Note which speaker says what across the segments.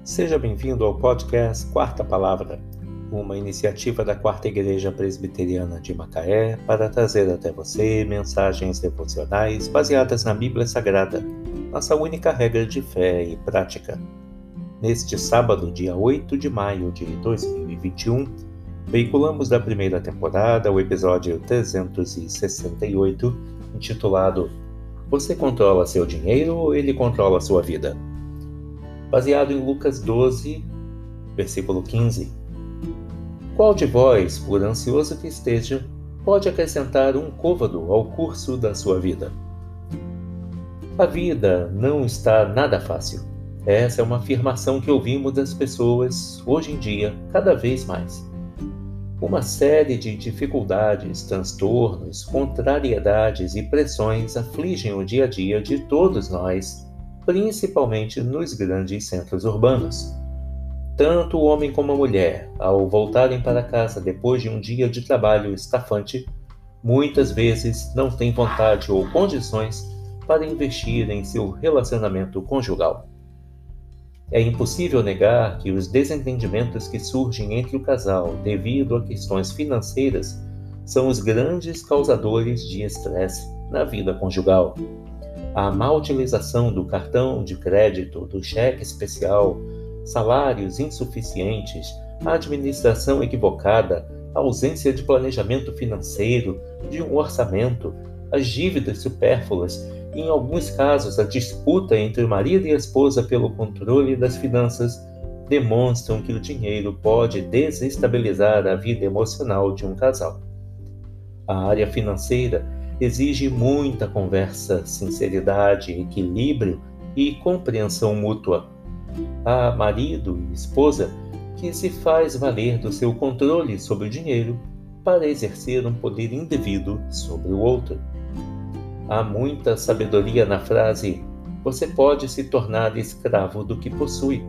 Speaker 1: Seja bem-vindo ao podcast Quarta Palavra, uma iniciativa da Quarta Igreja Presbiteriana de Macaé para trazer até você mensagens devocionais baseadas na Bíblia Sagrada, nossa única regra de fé e prática. Neste sábado, dia 8 de maio de 2021, veiculamos da primeira temporada o episódio 368, intitulado Você controla seu dinheiro ou ele controla sua vida? Baseado em Lucas 12, versículo 15. Qual de vós, por ansioso que esteja, pode acrescentar um côvado ao curso da sua vida? A vida não está nada fácil. Essa é uma afirmação que ouvimos das pessoas, hoje em dia, cada vez mais. Uma série de dificuldades, transtornos, contrariedades e pressões afligem o dia a dia de todos nós, principalmente nos grandes centros urbanos. Tanto o homem como a mulher, ao voltarem para casa depois de um dia de trabalho estafante, muitas vezes não têm vontade ou condições para investir em seu relacionamento conjugal. É impossível negar que os desentendimentos que surgem entre o casal devido a questões financeiras são os grandes causadores de estresse na vida conjugal. A má utilização do cartão de crédito, do cheque especial, salários insuficientes, a administração equivocada, a ausência de planejamento financeiro, de um orçamento, as dívidas supérfluas e, em alguns casos, a disputa entre o marido e a esposa pelo controle das finanças demonstram que o dinheiro pode desestabilizar a vida emocional de um casal. A área financeira exige muita conversa, sinceridade, equilíbrio e compreensão mútua. Há marido e esposa que se faz valer do seu controle sobre o dinheiro para exercer um poder indevido sobre o outro. Há muita sabedoria na frase: você pode se tornar escravo do que possui.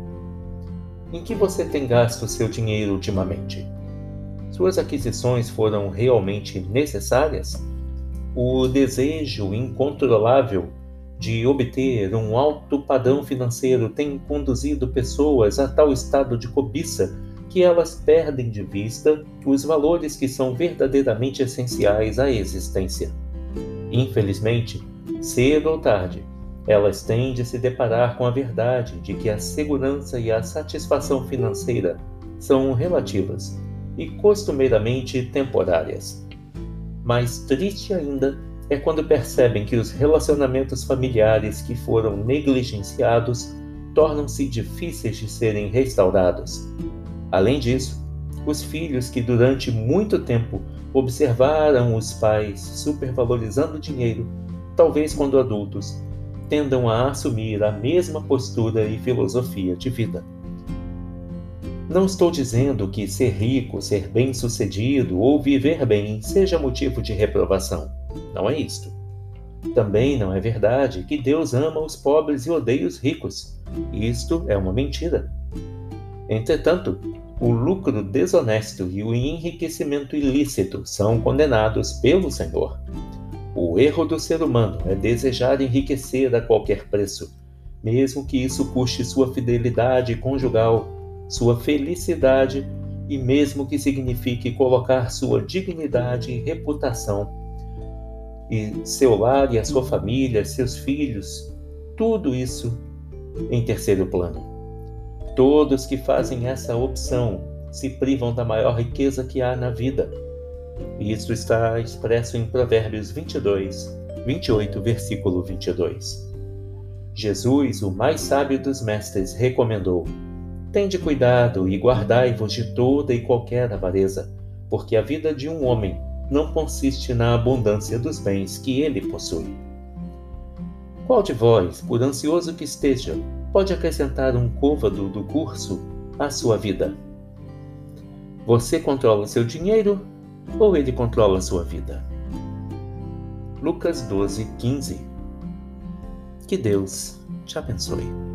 Speaker 1: Em que você tem gasto seu dinheiro ultimamente? Suas aquisições foram realmente necessárias? O desejo incontrolável de obter um alto padrão financeiro tem conduzido pessoas a tal estado de cobiça que elas perdem de vista os valores que são verdadeiramente essenciais à existência. Infelizmente, cedo ou tarde, elas têm de se deparar com a verdade de que a segurança e a satisfação financeira são relativas e costumeiramente temporárias. Mais triste ainda é quando percebem que os relacionamentos familiares que foram negligenciados tornam-se difíceis de serem restaurados. Além disso, os filhos que durante muito tempo observaram os pais supervalorizando o dinheiro, talvez quando adultos, tendam a assumir a mesma postura e filosofia de vida. Não estou dizendo que ser rico, ser bem-sucedido ou viver bem seja motivo de reprovação. Não é isto. Também não é verdade que Deus ama os pobres e odeia os ricos. Isto é uma mentira. Entretanto, o lucro desonesto e o enriquecimento ilícito são condenados pelo Senhor. O erro do ser humano é desejar enriquecer a qualquer preço, mesmo que isso custe sua fidelidade conjugal, sua felicidade e mesmo que signifique colocar sua dignidade e reputação e seu lar e a sua família, seus filhos, tudo isso em terceiro plano. Todos que fazem essa opção se privam da maior riqueza que há na vida. Isso está expresso em Provérbios 28, versículo 22. Jesus, o mais sábio dos mestres, recomendou: tende cuidado e guardai-vos de toda e qualquer avareza, porque a vida de um homem não consiste na abundância dos bens que ele possui. Qual de vós, por ansioso que esteja, pode acrescentar um côvado do curso à sua vida? Você controla seu dinheiro ou ele controla a sua vida? Lucas 12, 15. Que Deus te abençoe.